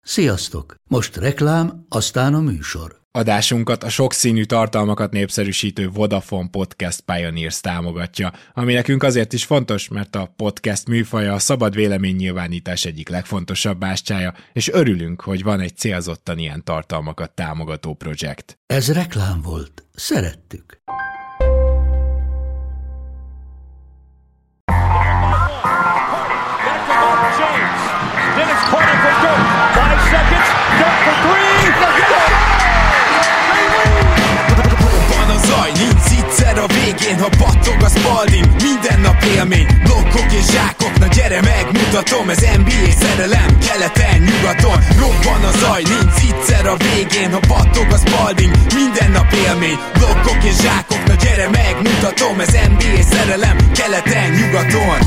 Sziasztok! Most reklám, aztán a műsor. Adásunkat a sokszínű tartalmakat népszerűsítő Vodafone Podcast Pioneers támogatja, ami nekünk azért is fontos, mert a podcast műfaja a szabad véleménynyilvánítás egyik legfontosabb bástyája, és örülünk, hogy van egy célzottan ilyen tartalmakat támogató projekt. Ez reklám volt. Szerettük. A végén, ha battog a Spalding, minden nap élmény, blokkok és zsákok, na gyere megmutatom, ez NBA szerelem, keleten, nyugaton, robban a zaj, nincs egyszer a végén, ha battog a Spalding, minden nap élmény, blokkok és zsákok, na gyere megmutatom, ez NBA szerelem, keleten, nyugaton.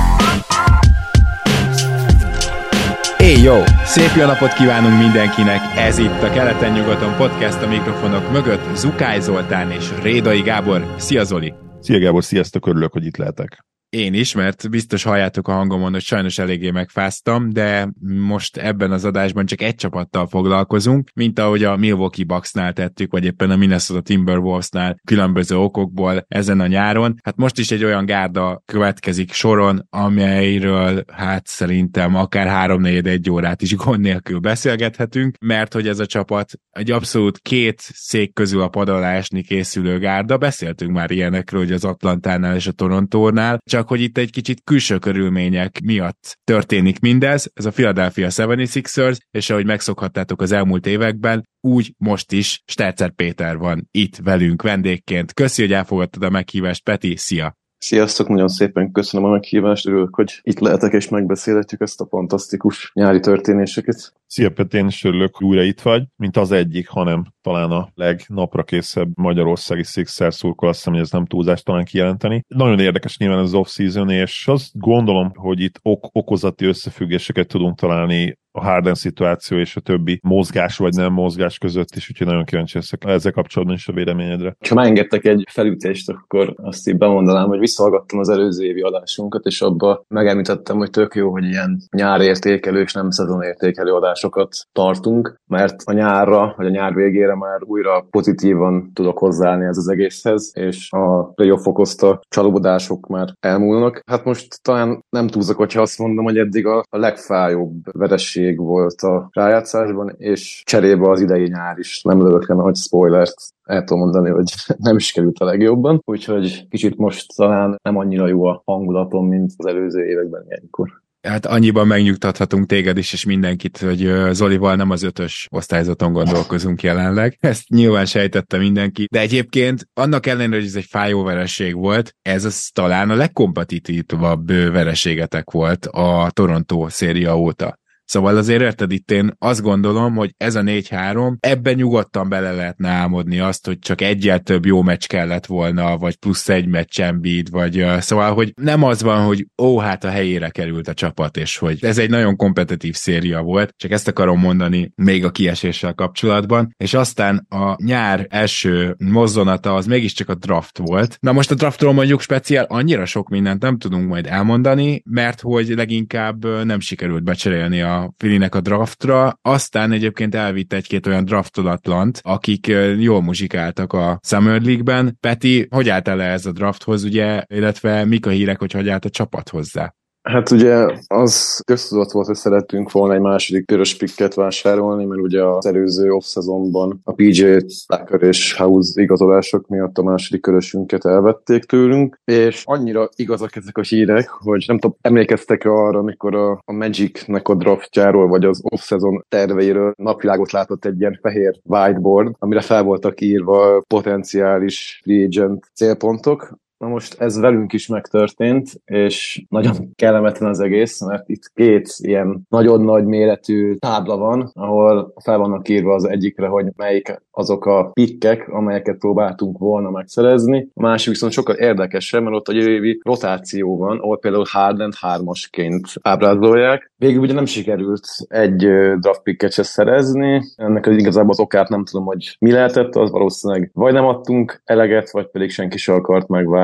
Jó! Szép jó napot kívánunk mindenkinek! Ez itt a Keleten-nyugaton podcast, a mikrofonok mögött Zukály Zoltán és Rédai Gábor. Szia Zoli! Szia Gábor, sziasztok, örülök, hogy itt lehetek. Én is, mert biztos halljátok a hangomon, hogy sajnos eléggé megfáztam, de most ebben az adásban csak egy csapattal foglalkozunk, mint ahogy a Milwaukee Bucksnál tettük, vagy éppen a Minnesota Timberwolvesnál különböző okokból ezen a nyáron. Hát most is egy olyan gárda következik soron, amelyről hát szerintem akár 3-4-1 órát is gond nélkül beszélgethetünk, mert hogy ez a csapat egy abszolút két szék közül a pad alá esni készülő gárda. Beszéltünk már ilyenekről, hogy az Atlantánál és a Torontónál, csak hogy itt egy kicsit külső körülmények miatt történik mindez. Ez a Philadelphia 76ers, és ahogy megszokhattátok az elmúlt években, úgy most is Sterzer Péter van itt velünk vendégként. Köszi, hogy elfogadtad a meghívást, Peti, szia! Sziasztok, nagyon szépen köszönöm a meghívást, örülök, hogy itt lehetek és megbeszélhetjük ezt a fantasztikus nyári történéseket. Szia Peti, én is örülök, hogy újra itt vagy, mint az egyik, hanem talán a legnaprakészebb magyarországi Sixers szurkol, azt hiszem, hogy ez nem túlzás talán kijelenteni. Nagyon érdekes nyilván az off-season, és azt gondolom, hogy itt okozati összefüggéseket tudunk találni a Harden szituáció és a többi mozgás vagy nem mozgás között is, úgyhogy nagyon kíváncsi leszek ezzel kapcsolatban is a véleményedre. Ha megengedtek egy felütést, akkor azt így bemondanám, hogy visszahallgattam az előző évi adásunkat, és abba megemlítettem, hogy tök jó, hogy ilyen nyárértékelő és nem szezonértékelő adásokat tartunk, mert a nyárra, vagy a nyár végére már újra pozitívan tudok hozzáállni ez az egészhez, és a playoff okozta csalódások már elmúlnak. Hát most talán nem túlzok, hogyha azt mondom, hogy eddig a legfájóbb vereség volt a rájátszásban, és cserébe az idei nyár is. Nem lövök le nagy spoilert, el tudom mondani, hogy nem is került a legjobban, úgyhogy kicsit most talán nem annyira jó a hangulatom, mint az előző években ilyenkor. Hát annyiban megnyugtathatunk téged is, és mindenkit, hogy Zolival nem az 5-ös osztályzaton gondolkozunk jelenleg. Ezt nyilván sejtette mindenki, de egyébként annak ellenére, hogy ez egy fájó vereség volt, ez az talán a legkompetitívabb vereségetek volt a Toronto széria óta. Szóval azért érted, itt én azt gondolom, hogy ez a 4-3, ebben nyugodtan bele lehetne álmodni azt, hogy csak egyel több jó meccs kellett volna, vagy plusz egy meccs Embiid, vagy szóval, hogy nem az van, hogy hát a helyére került a csapat, és hogy ez egy nagyon kompetitív széria volt, csak ezt akarom mondani még a kieséssel kapcsolatban, és aztán a nyár első mozzanata az mégiscsak a draft volt. Na most a draftról mondjuk speciál annyira sok mindent nem tudunk majd elmondani, mert hogy leginkább nem sikerült becserélni a Filinek a draftra, aztán egyébként elvitt egy-két olyan draftolatlant, akik jól muzsikáltak a Summer League-ben. Peti, hogy állt el ez a drafthoz, ugye, illetve mik a hírek, hogy állt a csapat hozzá? Hát ugye az köztudott volt, hogy szerettünk volna egy második piros picket vásárolni, mert ugye az előző off-szezonban a PJ Tucker és House igazolások miatt a második körösünket elvették tőlünk, és annyira igazak ezek a hírek, hogy nem tudom, emlékeztek arra, amikor a Magicnek a draftjáról, vagy az off-szezon terveiről napvilágot látott egy ilyen fehér whiteboard, amire fel voltak írva potenciális free agent célpontok. Na most ez velünk is megtörtént, és nagyon kellemetlen az egész, mert itt két ilyen nagyon nagy méretű tábla van, ahol fel vannak írva az egyikre, hogy melyik azok a pikkek, amelyeket próbáltunk volna megszerezni. A másik viszont sokkal érdekesebb, mert ott a jövő évi rotáció van, ahol például Harden 3-asként ábrázolják. Végül ugye nem sikerült egy draft picket se szerezni. Ennek igazából az okát nem tudom, hogy mi lehetett, az valószínűleg vagy nem adtunk eleget, vagy pedig senki se akart megválni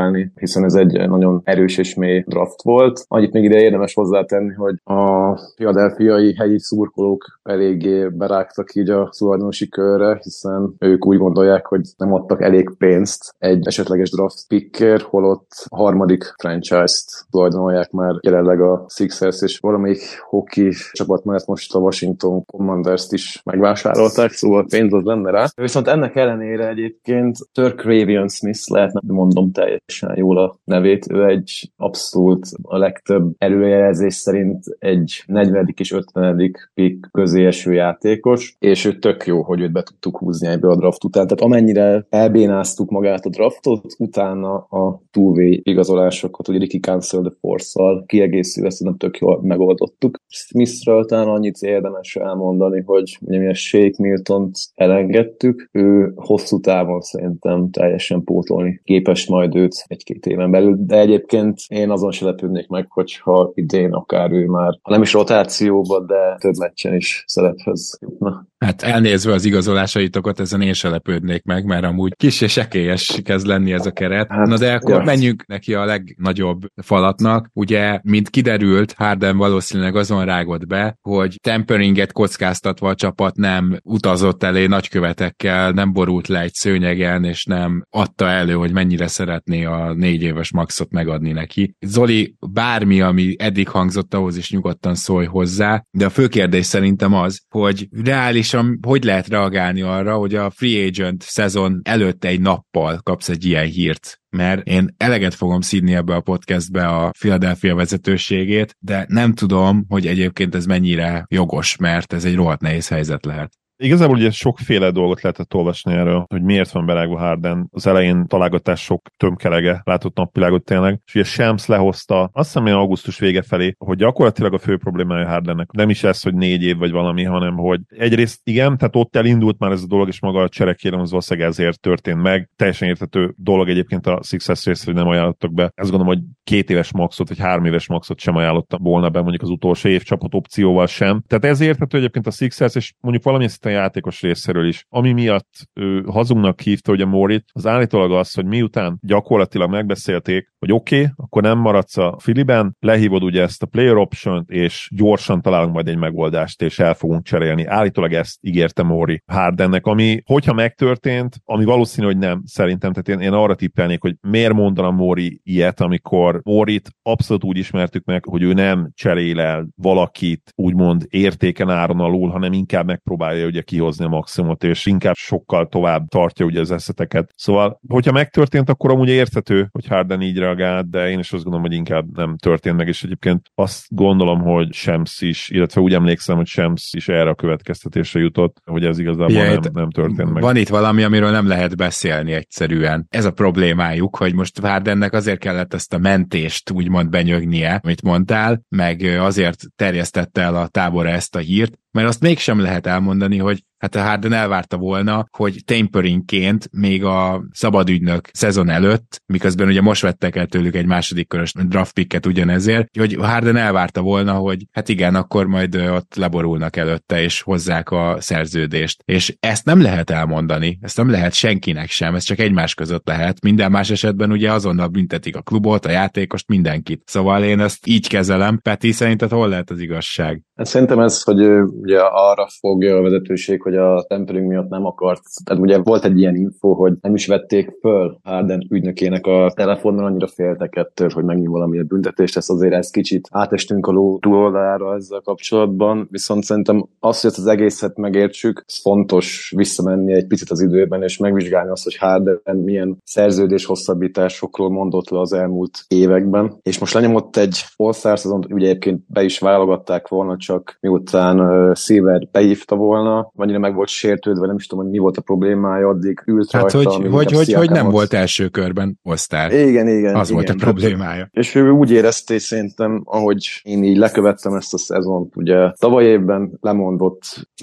csinálni, hiszen ez egy nagyon erős és mély draft volt. Annyit még ide érdemes hozzátenni, hogy a philadelphiai helyi szurkolók eléggé berágtak így a tulajdonosi körre, hiszen ők úgy gondolják, hogy nem adtak elég pénzt egy esetleges draft pickért, holott a harmadik franchise-t tulajdonolják már jelenleg a Sixers, és valamelyik hoki csapat mellett most a Washington Commanders-t is megvásárolták, szóval pénz az lenne rá. Viszont ennek ellenére egyébként Turk-Ravion Smith, lehetne mondom teljesen jól a nevét, ő egy abszolút a legtöbb előjelzés szerint egy 40. és 50. pick közé eső játékos, és ő tök jó, hogy őt be tudtuk húzni ebből a draft után. Tehát amennyire elbénáztuk magát a draftot, utána a two-way igazolásokat, ugye Ricky Cancel the Force-szal kiegészülve szerintem tök jól megoldottuk. Smithről talán annyit érdemes elmondani, hogy ugye mi a Shake Miltont elengedtük, ő hosszú távon szerintem teljesen pótolni képes majd őt egy-két éven belül, de egyébként én azon se lepődnék meg, hogyha idén akár ő már, ha nem is rotációban, de több meccsen is szerephez jutna. Hát elnézve az igazolásaitokat, ezen én se lepődnék meg, mert amúgy kis és ekélyes kezd lenni ez a keret. Hát, na de akkor menjünk neki a legnagyobb falatnak. Ugye, mint kiderült, Harden valószínűleg azon rágott be, hogy temperinget kockáztatva a csapat nem utazott elé nagykövetekkel, nem borult le egy szőnyegen, és nem adta elő, hogy mennyire szeretné a 4 éves maxot megadni neki. Zoli, bármi, ami eddig hangzott, ahhoz is nyugodtan szólj hozzá, de a fő kérdés szerintem az, hogy reálisan hogy lehet reagálni arra, hogy a free agent szezon előtt egy nappal kapsz egy ilyen hírt. Mert én eleget fogom szídni ebbe a podcastbe a Philadelphia vezetőségét, de nem tudom, hogy egyébként ez mennyire jogos, mert ez egy rohadt nehéz helyzet lehet. Igazából ugye sokféle dolgot lehetett olvasni erről, hogy miért van berágva Harden. Az elején találgatás sok tömkelege látott napvilágot tényleg, és ugye Shams lehozta, azt hiszem, augusztus vége felé, hogy gyakorlatilag a fő problémája Hardennek nem is ez, hogy 4 év vagy valami, hanem hogy egyrészt igen, tehát ott elindult már ez a dolog, és maga a cserekérem az valószínűleg ezért történt meg. Teljesen érthető dolog egyébként a Sixers részre, hogy nem ajánlottak be. Ezt gondolom, hogy 2 éves maxot, vagy 3 éves maxot sem ajánlottam volna be, mondjuk az utolsó év csapat opcióval sem. Tehát ez érthető egyébként a Sixers, és mondjuk valamilyen játékos részéről is. Ami miatt hazugnak hívta ugye Morit, az állítólag az, hogy miután gyakorlatilag megbeszélték, hogy oké, akkor nem maradsz a Filiben, lehívod ugye ezt a player option-t, és gyorsan találunk majd egy megoldást, és el fogunk cserélni. Állítólag ezt ígérte Mori Hardennek, ami, hogyha megtörtént, ami valószínű, hogy nem, szerintem, tehát én arra tippelnék, hogy miért mondana Mori ilyet, amikor Morit abszolút úgy ismertük meg, hogy ő nem cserél el valakit, úgymond értéken áron alul, hanem inkább megpróbálja ugye kihozni a maximumot, és inkább sokkal tovább tartja ugye az eszeteket. Szóval, hogyha megtörtént, akkor amúgy érthető, hogy Harden így reagált, de én is azt gondolom, hogy inkább nem történt meg, és egyébként azt gondolom, hogy Shams is, illetve úgy emlékszem, hogy Shams is erre a következtetésre jutott, hogy ez igazából nem történt meg. Van itt valami, amiről nem lehet beszélni egyszerűen. Ez a problémájuk, hogy most Hardennek azért kellett ezt a mentést úgymond benyögnie, amit mondtál, meg azért terjesztette el a tábora ezt a hírt, mert azt mégsem lehet elmondani, hogy hát a Harden elvárta volna, hogy tamperingként még a szabadügynök szezon előtt, miközben ugye most vettek el tőlük egy második körös draft picket ugyanezért, hogy Harden elvárta volna, hogy hát igen, akkor majd ott leborulnak előtte, és hozzák a szerződést. És ezt nem lehet elmondani, ezt nem lehet senkinek sem, ez csak egymás között lehet. Minden más esetben ugye azonnal büntetik a klubot, a játékost, mindenkit. Szóval én ezt így kezelem. Peti, szerinted hol lehet az igazság? Szerintem ez, hogy ugye arra fogja a vezetőség, hogy a tempering miatt nem akart. Tehát ugye volt egy ilyen info, hogy nem is vették föl Harden ügynökének a telefonon, annyira féltek ettől, hogy megnyúl valamilyen büntetést, ezt azért ez kicsit átestünk a ló túloldalára ezzel kapcsolatban, viszont szerintem az, hogy ezt az egészet megértsük, fontos visszamenni egy picit az időben, és megvizsgálni azt, hogy Harden milyen szerződés hosszabbításokról mondott le az elmúlt években. És most lenyomott egy All-Star szezont, ugye egyébként be is válogatták volna, csak miután Silver beívta volna, annyira meg volt sértődve, nem is tudom, hogy mi volt a problémája, addig ült hát rajta. Hogy nem volt első körben osztár. Igen. Az volt a problémája. És ő úgy érezte szerintem, ahogy én így lekövettem ezt a szezont, ugye tavaly évben lemondott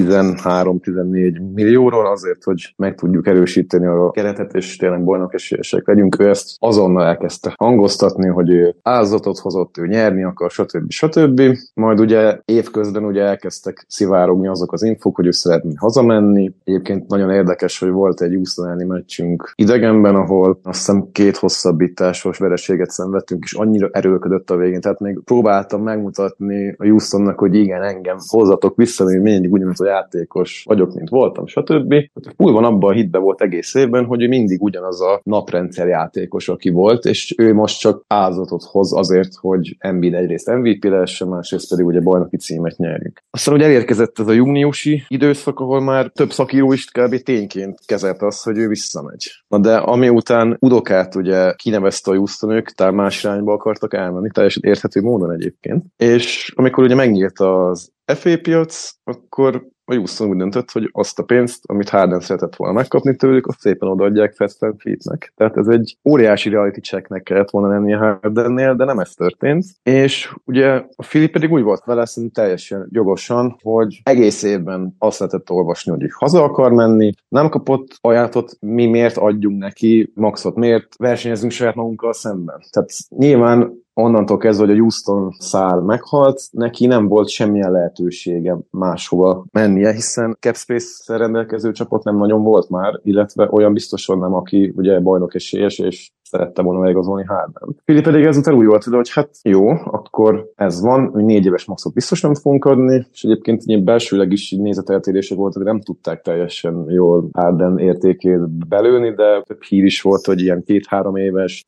13-14 millióról azért, hogy meg tudjuk erősíteni a keretet, és tényleg bajnok esélyesek legyünk. Ő ezt azonnal elkezdte hangoztatni, hogy ő áldozatot hozott, ő nyerni akar, stb. Majd ugye év útközben ugye elkezdtek szivárogni azok az infók, hogy ő szeretné hazamenni. Egyébként nagyon érdekes, hogy volt egy Houston elleni meccsünk idegenben, ahol azt hiszem 2 hosszabbításos vereséget szenvedtünk, és annyira erőlködött a végén. Tehát még próbáltam megmutatni a Houstonnak, hogy igen, engem hozzatok vissza, hogy mindig ugyanaz a játékos vagyok, mint voltam, stb. Úgy van, abban a hitben volt egész évben, hogy ő mindig ugyanaz a naprendszer játékos, aki volt, és ő most csak áldozatot hoz azért, hogy Embiid egyrészt MVP lehessen, másrészt pedig ugye bajnoki címet nyerjük. Aztán ugye elérkezett ez a júniusi időszak, ahol már több szakíró is kb. Tényként kezelte azt, hogy ő visszamegy. Na de amiután Udokát ugye kinevezte a Houston, ők talán más irányba akartak elmenni, teljesen érthető módon egyébként. És amikor ugye megnyílt az FA piac, akkor a Houston úgy döntött, hogy azt a pénzt, amit Harden szeretett volna megkapni tőlük, azt szépen odaadják Fast and Fleetnek. Tehát ez egy óriási reality checknek kellett volna lennie Hardennél, de nem ez történt. És ugye a Philly pedig úgy volt vele, szerintem teljesen jogosan, hogy egész évben azt lehetett olvasni, hogy haza akar menni, nem kapott ajánlatot, mi miért adjunk neki, maxot miért versenyezünk saját magunkkal szemben. Tehát nyilván onnantól kezdve, hogy a Houston szál meghalt, neki nem volt semmilyen lehetősége máshova mennie, hiszen cap space-szel rendelkező csapat nem nagyon volt már, illetve olyan biztosan nem, aki ugye bajnok esélyes, és szerette volna megigazolni Harden. Philly pedig ezután úgy volt, hogy hát jó, akkor ez van, hogy 4 éves maxot biztos nem fogunk adni, és egyébként ilyen belsőleg is nézeteltérések voltak, de nem tudták teljesen jól Harden értékét belőni, de több hír is volt, hogy ilyen 2-3 éves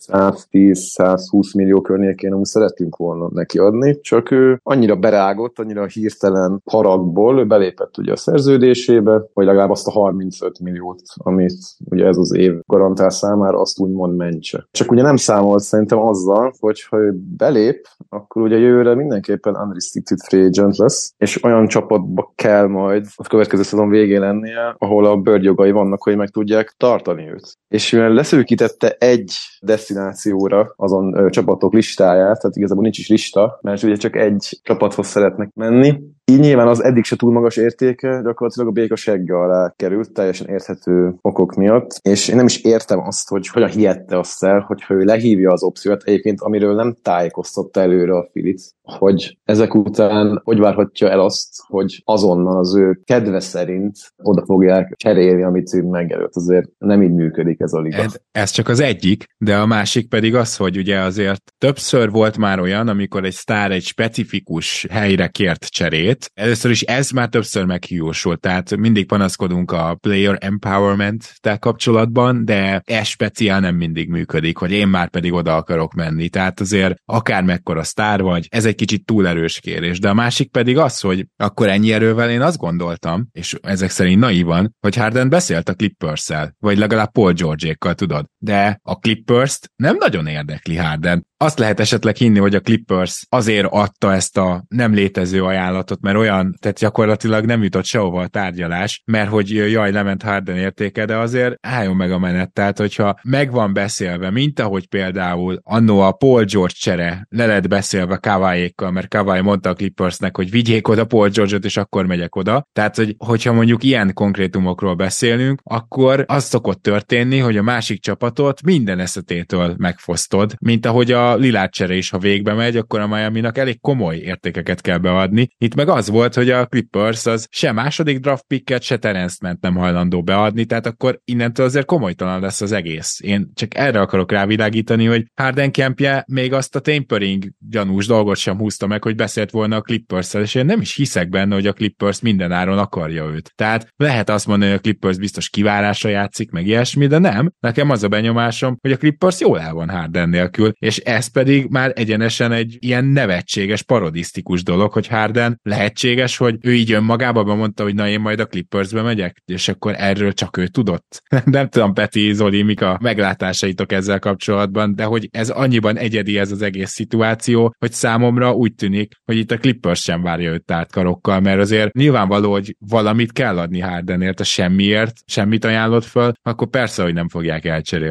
110-120 millió környékén amúgy szerettünk volna neki adni, csak ő annyira berágott, annyira hirtelen haragból, ő belépett ugye a szerződésébe, vagy legalább azt a 35 milliót, amit ugye ez az év garantál számára, azt úgymond mentse. Csak ugye nem számolt szerintem azzal, hogy ha ő belép, akkor ugye jövőre mindenképpen unrestricted free agent lesz, és olyan csapatba kell majd a következő szezon végén lennie, ahol a bőrjogai vannak, hogy meg tudják tartani őt. És mivel leszűkítette egy desztinációra azon csapatok listáját, tehát igazából nincs is lista, mert ugye csak egy csapathoz szeretnek menni, így nyilván az eddig se túl magas értéke gyakorlatilag a béka segge alá került, teljesen érthető okok miatt, és én nem is értem azt, hogy hogyan hihette azt el, hogyha ő lehívja az opciót, egyébként amiről nem tájékoztatta előre a Phillyt, hogy ezek után hogy várhatja el azt, hogy azonnal az ő kedve szerint oda fogják cserélni, amit ő megjelölt. Azért nem így működik ez a liga. Ez csak az egyik, de a másik pedig az, hogy ugye azért többször volt már olyan, amikor egy sztár egy specifikus helyre kért cserét. Először is ez már többször meghiúsult, tehát mindig panaszkodunk a player empowerment-tel kapcsolatban, de ez speciál nem mindig működik, hogy én már pedig oda akarok menni. Tehát azért akármekkora sztár vagy, ez egy kicsit túl erős kérés. De a másik pedig az, hogy akkor ennyi erővel én azt gondoltam, és ezek szerint naívan, hogy Harden beszélt a Clippers-szel, vagy legalább Paul George-ékkal, tudod. De a Clippers-t nem nagyon érdekli Harden. Azt lehet esetleg hinni, hogy a Clippers azért adta ezt a nem létező ajánlatot, mert olyan, tehát gyakorlatilag nem jutott sehova a tárgyalás, mert hogy jaj, lement Harden értéke, de azért álljon meg a menet. Tehát, hogyha meg van beszélve, mint ahogy például annó a Paul George csere le lett beszélve Kawhiékkal, mert Kawhi mondta a Clippersnek, hogy vigyék oda Paul George-ot, és akkor megyek oda. Tehát, hogyha mondjuk ilyen konkrétumokról beszélünk, akkor az szokott történni, hogy a másik csapatot minden eszetétől megfosztod, mint ahogy a Lillard csere is, ha végbe megy, akkor a Miaminak elég komoly értékeket kell beadni. Itt meg az volt, hogy a Clippers az se második draft picket, se Terence Mann nem hajlandó beadni, tehát akkor innentől azért komolytalan lesz az egész. Én csak erre akarok rávilágítani, hogy Harden campje még azt a tampering gyanús dolgot sem húzta meg, hogy beszélt volna a Clippers-szel, és én nem is hiszek benne, hogy a Clippers minden áron akarja őt. Tehát lehet azt mondani, hogy a Clippers biztos kivárásra játszik, meg ilyesmi, de nem. Nekem az a benyomásom, hogy a Clippers jól el van Harden nélkül, és ez pedig már egyenesen egy ilyen nevetséges, parodisztikus dolog, hogy Harden lehetséges, hogy ő így önmagába bemondta, hogy na én majd a Clippersbe megyek, és akkor erről csak ő tudott. Nem tudom, Peti, Zoli, mik a meglátásaitok ezzel kapcsolatban, de hogy ez annyiban egyedi ez az egész szituáció, hogy számomra úgy tűnik, hogy itt a Clippers sem várja őt tárt karokkal, mert azért nyilvánvaló, hogy valamit kell adni Hardenért, a semmiért, semmit ajánlott föl, akkor persze, hogy nem fogják elcserélni.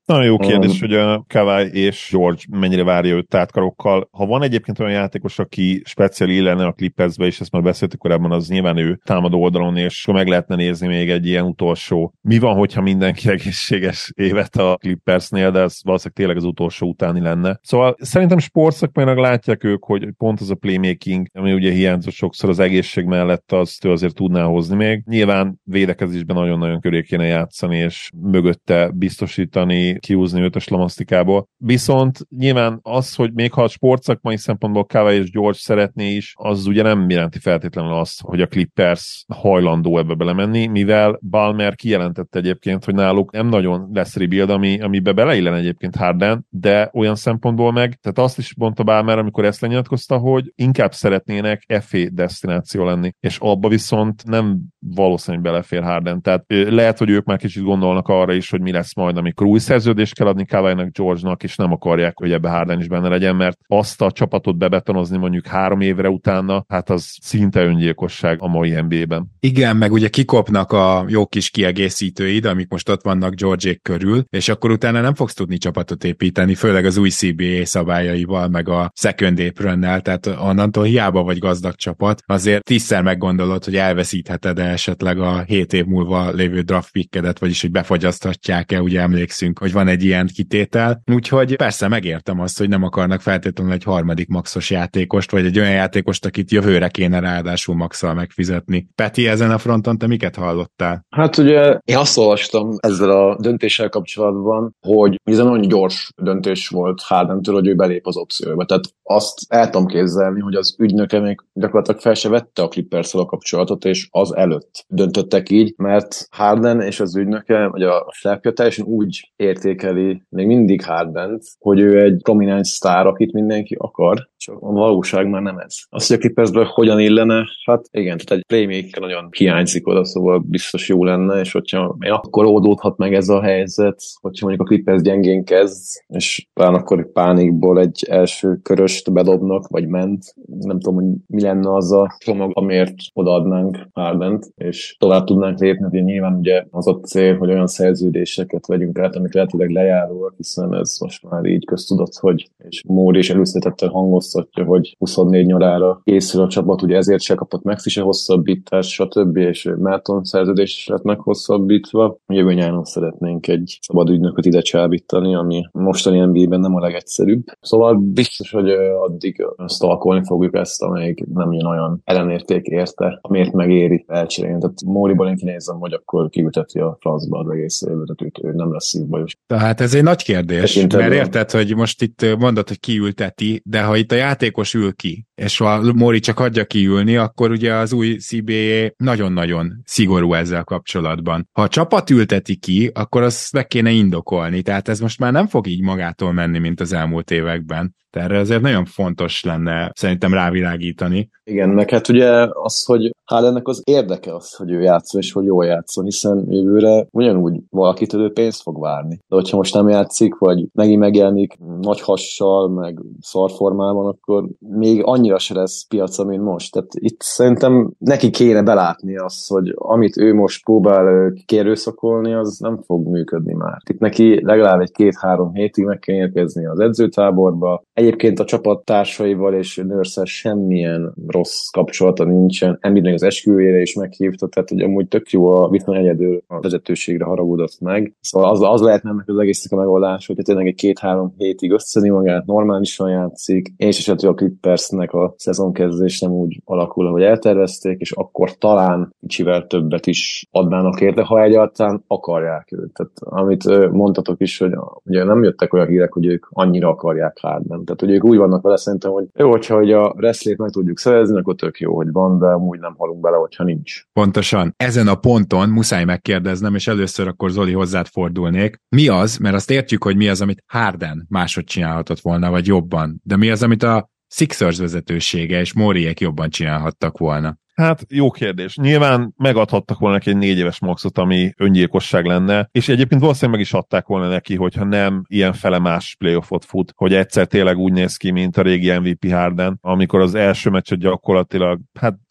Nagyon jó kérdés, hogy a Kawhi és George mennyire várja őt tátkarokkal. Ha van egyébként olyan játékos, aki speciál lenne a Clippersbe, és ezt már beszéltük korábban, az nyilván ő támadó oldalon, és meg lehetne nézni még egy ilyen utolsó. Mi van, hogyha mindenki egészséges évet a Clippersnél, de ez valószínűleg tényleg az utolsó utáni lenne. Szóval szerintem sportszakmailag látják ők, hogy pont az a playmaking, ami ugye hiányzott sokszor az egészség mellett, azt ő azért tudná hozni még. Nyilván védekezésben nagyon-nagyon köré kéne játszani, és mögötte biztosítani, kiúzni őt a slamasztikából. Viszont nyilván az, hogy még ha a sportszakmai szempontból Kawhi és George szeretné is, az ugye nem jelenti feltétlenül azt, hogy a Clippers hajlandó ebbe belemenni, mivel Ballmer kijelentette egyébként, hogy náluk nem nagyon lesz rebuild, amibe beleillen egyébként Harden, de olyan szempontból meg, tehát azt is mondta Ballmer, amikor ezt lenyilatkozta, hogy inkább szeretnének FA desztináció lenni, és abba viszont nem valószínűleg belefér Harden. Tehát lehet, hogy ők már kicsit gondolnak arra is, hogy mi lesz majd, amikor új szerződést kell adni Kawhi-nak, George-nak, és nem akarják, hogy ebbe Harden is benne legyen, mert azt a csapatot bebetonozni mondjuk 3 évre utána, hát az szinte öngyilkosság a mai NBA-ben. Igen, meg ugye kikopnak a jó kis kiegészítőid, amik most ott vannak George-ék körül, és akkor utána nem fogsz tudni csapatot építeni, főleg az új CBA szabályaival, meg a second apron-nel, tehát onnantól hiába vagy gazdag csapat, azért 10-szer meggondolod, hogy elveszítheted esetleg a 7 év múlva lévő draft pickedet, vagyis hogy befagyasztatják-e, ugye emlékszünk, hogy van egy ilyen kitétel. Úgyhogy persze megértem azt, hogy nem akarnak feltétlenül egy harmadik maxos játékost, vagy egy olyan játékost, akit jövőre kéne ráadásul maxal megfizetni. Peti, ezen a fronton te miket hallottál? Hát ugye én azt olvastam ezzel a döntéssel kapcsolatban, hogy ez egy nagyon gyors döntés volt Hardentől, hogy ő belép az opcióba. Tehát azt el tudom képzelni, hogy az ügynöke még gyakorlatilag fel se vette a Clippers-szel a kapcsolatot, és az előtt döntöttek így, mert Harden és az ügynöke, vagy a slápja teljesen úgy értékeli még mindig Hardent, hogy ő egy prominens sztár, akit mindenki akar, csak a valóság már nem ez. Azt, hogy a Clippersből hogyan illene, hát igen, tehát egy playmaker nagyon hiányzik oda, szóval biztos jó lenne, és hogyha akkor oldódhat meg ez a helyzet, hogyha mondjuk a Clippers gyengén kezd, és talán akkor egy pánikból egy első köröst bedobnak, vagy ment, nem tudom, hogy mi lenne az a csomag, amiért odaadnánk Hardent, és tovább tudnánk lépni, hogy nyilván ugye az a cél, hogy olyan szerződéseket vegyünk át, amik lehetőleg lejáróak, hiszen ez most már így köztudott, hogy és Móri is előszítettel hangoztatja, hogy 24 nyarára készül a csapat, ugye ezért se kapott Maxi se hosszabbítás, stb. És Melton szerződés is lett meghosszabbítva. Jövő nyáron szeretnénk egy szabad ügynököt ide csábítani, ami mostani NBA-ben nem a legegyszerűbb. Szóval biztos, hogy addig stalkolni fogjuk ezt, amelyik nem jön olyan ellenérték érte, amiért megéri elcserélni. Tehát Móriból én kinézem, hogy akkor kiülteti a francba az egész évet, ő nem lesz szívbajos. Tehát ez egy nagy kérdés, mert érted, hogy most itt mondod, hogy kiülteti, de ha itt a játékos ül ki, és ha Móri csak hagyja kiülni, akkor ugye az új CBA nagyon-nagyon szigorú ezzel kapcsolatban. Ha a csapat ülteti ki, akkor azt meg kéne indokolni, tehát ez most már nem fog így magától menni, mint az elmúlt években. Erre azért nagyon fontos lenne szerintem rávilágítani. Igen, meg hát ugye az, hogy Hardennek az érdeke az, hogy ő játszol, és hogy jól játszol, hiszen jövőre ugyanúgy valakitől ő pénzt fog várni. De hogyha most nem játszik, vagy megint megjelenik nagy hassal, meg szarformában, akkor még annyira se lesz piaca, mint most. Tehát itt szerintem neki kéne belátni azt, hogy amit ő most próbál kierőszakolni, az nem fog működni már. Itt neki legalább egy 2-3 hétig meg kell érkezni az edzőtáborba. Egyébként a csapattársaival és Nurse-szel semmilyen rossz kapcsolata nincsen. Embiid az esküvőjére is meghívta, tehát hogy amúgy tök jó a viszony egyedül a vezetőségre haragudott meg. Szóval az lehetne ennek az egésznek a megoldás, hogy tényleg egy 2-3 hétig összeni magát, normálisan játszik, és esetleg a Clippersnek a szezonkezdés nem úgy alakul, ahogy eltervezték, és akkor talán kicsivel többet is adnának érte, ha egyáltalán akarják őt. Tehát amit mondtatok is, hogy ugye nem jöttek olyan hírek, hogy ők annyira akarják Harden. Tehát hogy ők úgy vannak vele szerintem, hogy jó, hogyha hogy a wrestlét meg tudjuk szerezni, akkor tök jó, hogy van, de úgy nem halunk bele, hogyha nincs. Pontosan. Ezen a ponton muszáj megkérdeznem, és először akkor Zoli hozzád fordulnék. Mi az, mert azt értjük, hogy mi az, amit Harden máshogy csinálhatott volna, vagy jobban, de mi az, amit a Sixers vezetősége és Móriék jobban csinálhattak volna? Hát jó kérdés. Nyilván megadhattak volna neki egy 4 éves maxot, ami öngyilkosság lenne, és egyébként valószínűleg meg is adták volna neki, hogyha nem ilyen felemás playoffot fut, hogy egyszer tényleg úgy néz ki, mint a régi MVP Harden, amikor az első meccset gyakorlatilag, hát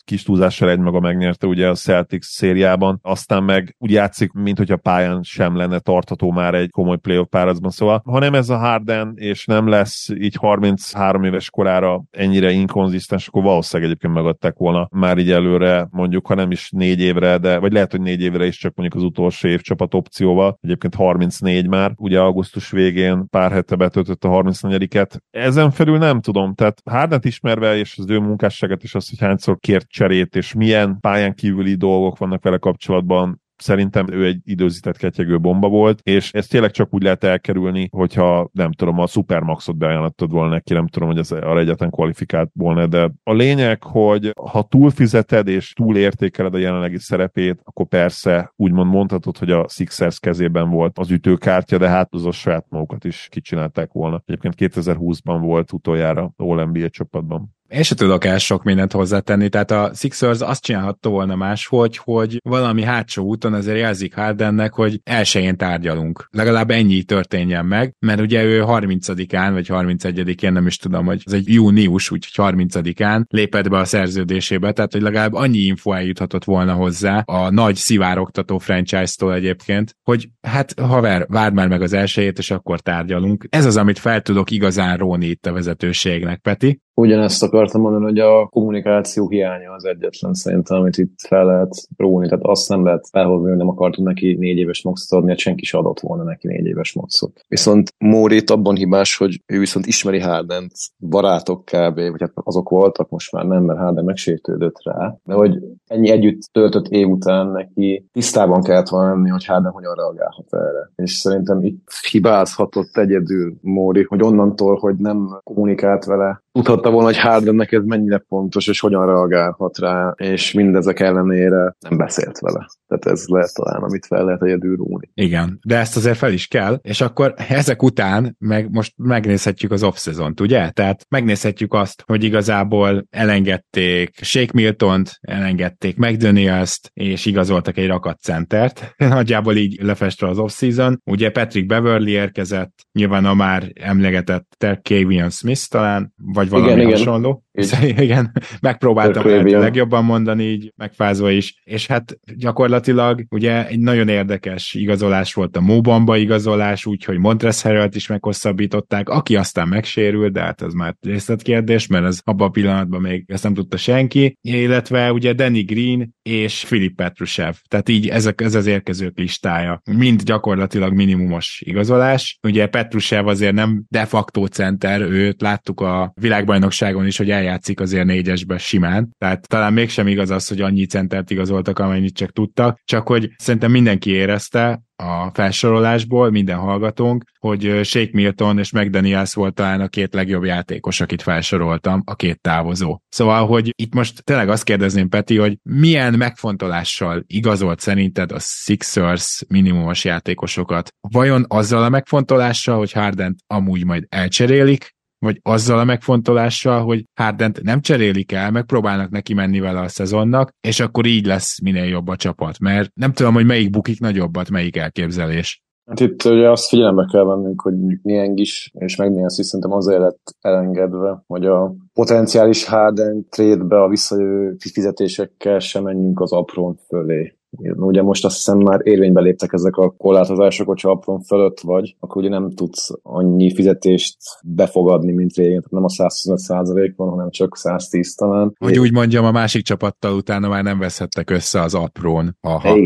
kis túlzással egymaga megnyerte ugye a Celtics szériában, aztán meg úgy játszik, mint hogy a pályán sem lenne tartható már egy komoly playoff párazban, szóval ha nem ez a Harden, és nem lesz így 33 éves korára ennyire inkonzisztens, akkor valószínűleg egyébként megadták volna már így előre, mondjuk, ha nem is 4 évre, de vagy lehet, hogy 4 évre is, csak mondjuk az utolsó év csapat opcióval, egyébként 34 már, ugye augusztus végén pár hete betöltött a 34-et. Ezen felül nem tudom, tehát Hardent ismerve, és az ő munkásságát, és azt, hogy hányszor kért cserét, és milyen pályán kívüli dolgok vannak vele kapcsolatban, szerintem ő egy időzített ketyegő bomba volt, és ezt tényleg csak úgy lehet elkerülni, hogyha nem tudom, a Supermaxot beajánlottad volna neki, nem tudom, hogy ez arra egyetlen kvalifikált volna, de a lényeg, hogy ha túlfizeted és túlértékeled a jelenlegi szerepét, akkor persze úgymond mondhatod, hogy a Sixers kezében volt az ütőkártya, de hát az a saját magukat is kicsinálták volna. Egyébként 2020-ban volt utoljára All-NBA csapatban. Én se tudok el sok mindent hozzátenni, tehát a Sixers azt csinálhatta volna máshogy, hogy valami hátsó úton azért jelzik Hardennek, hogy elsőjén tárgyalunk. Legalább ennyi történjen meg, mert ugye ő 30-án, vagy 31-én, nem is tudom, hogy ez egy június, úgyhogy 30-án lépett be a szerződésébe, tehát hogy legalább annyi info eljuthatott volna hozzá a nagy szivárogtató franchise-tól egyébként, hogy hát haver, várd már meg az elsőjét, és akkor tárgyalunk. Ez az, amit fel tudok igazán róni itt a vezetőségnek, Peti. Ugyanezt akartam mondani, hogy a kommunikáció hiánya az egyetlen szerintem, amit itt fel lehet róni. Tehát azt nem lehet felhozni, hogy nem akartunk neki 4 éves maxot adni, hát senki sem adott volna neki 4 éves maxot. Viszont Mórét abban hibás, hogy ő viszont ismeri Hardent, barátok kb. Vagy hát azok voltak, most már nem, mert Harden megsértődött rá. De hogy ennyi együtt töltött év után neki tisztában kellett volna lenni, hogy Harden hogyan reagálhat erre. És szerintem itt hibázhatott egyedül Móri, hogy onnantól, hogy nem kommunikált vele, tudhatta volna, hogy Hardennek ez mennyire fontos, és hogyan reagálhat rá, és mindezek ellenére nem beszélt vele. Tehát ez lehet talán, amit fel lehet egyedül rúni. Igen, de ezt azért fel is kell, és akkor ezek után meg most megnézhetjük az off-szezont, ugye? Tehát megnézhetjük azt, hogy igazából elengedték Shake Miltont, elengedték McDaniels-t, és igazoltak egy rakatcentert. Nagyjából így lefestve az off-season. Ugye Patrick Beverley érkezett, nyilván a már emlegetett Terquavion Smith talán, vagy valami hasonló. Igen, megpróbáltam legjobban mondani, így megfázva is, és hát gyakorlatilag ugye egy nagyon érdekes igazolás volt a Mo Bamba igazolás, úgyhogy Montrezl Harrelt is meghosszabbították, aki aztán megsérült, de hát ez már részletkérdés, mert ez abban a pillanatban még ezt nem tudta senki, illetve ugye Danny Green és Filip Petrusev, tehát így ez az érkezők listája, mind gyakorlatilag minimumos igazolás. Ugye Petrusev azért nem de facto center, őt láttuk a világbajnokságon is, hogy eljátszik azért 4-esbe simán, tehát talán mégsem igaz az, hogy annyi centert igazoltak, amennyit csak tudtak, csak hogy szerintem mindenki érezte a felsorolásból, minden hallgatónk, hogy Shake Milton és McDaniels volt talán a 2 legjobb játékos, akit felsoroltam, a 2 távozó. Szóval, hogy itt most tényleg azt kérdezném, Peti, hogy milyen megfontolással igazolt szerinted a Sixers minimumos játékosokat? Vajon azzal a megfontolással, hogy Hardent amúgy majd elcserélik, vagy azzal a megfontolással, hogy Hardent nem cserélik el, megpróbálnak neki menni vele a szezonnak, és akkor így lesz minél jobb a csapat, mert nem tudom, hogy melyik bukik nagyobbat, melyik elképzelés. Hát itt ugye azt figyelembe kell vennünk, hogy Niang is, és McNeils is szerintem azért lett elengedve, hogy a potenciális Harden trade-be a visszajövő fizetésekkel sem menjünk az aprón fölé. Ugye most azt hiszem már érvénybe léptek ezek a korlátozások, hogyha apron fölött vagy, akkor ugye nem tudsz annyi fizetést befogadni, mint régen. Tehát nem a 125% van, hanem csak 110 talán. Hogy úgy mondjam, a másik csapattal utána már nem veszhettek össze az aprón.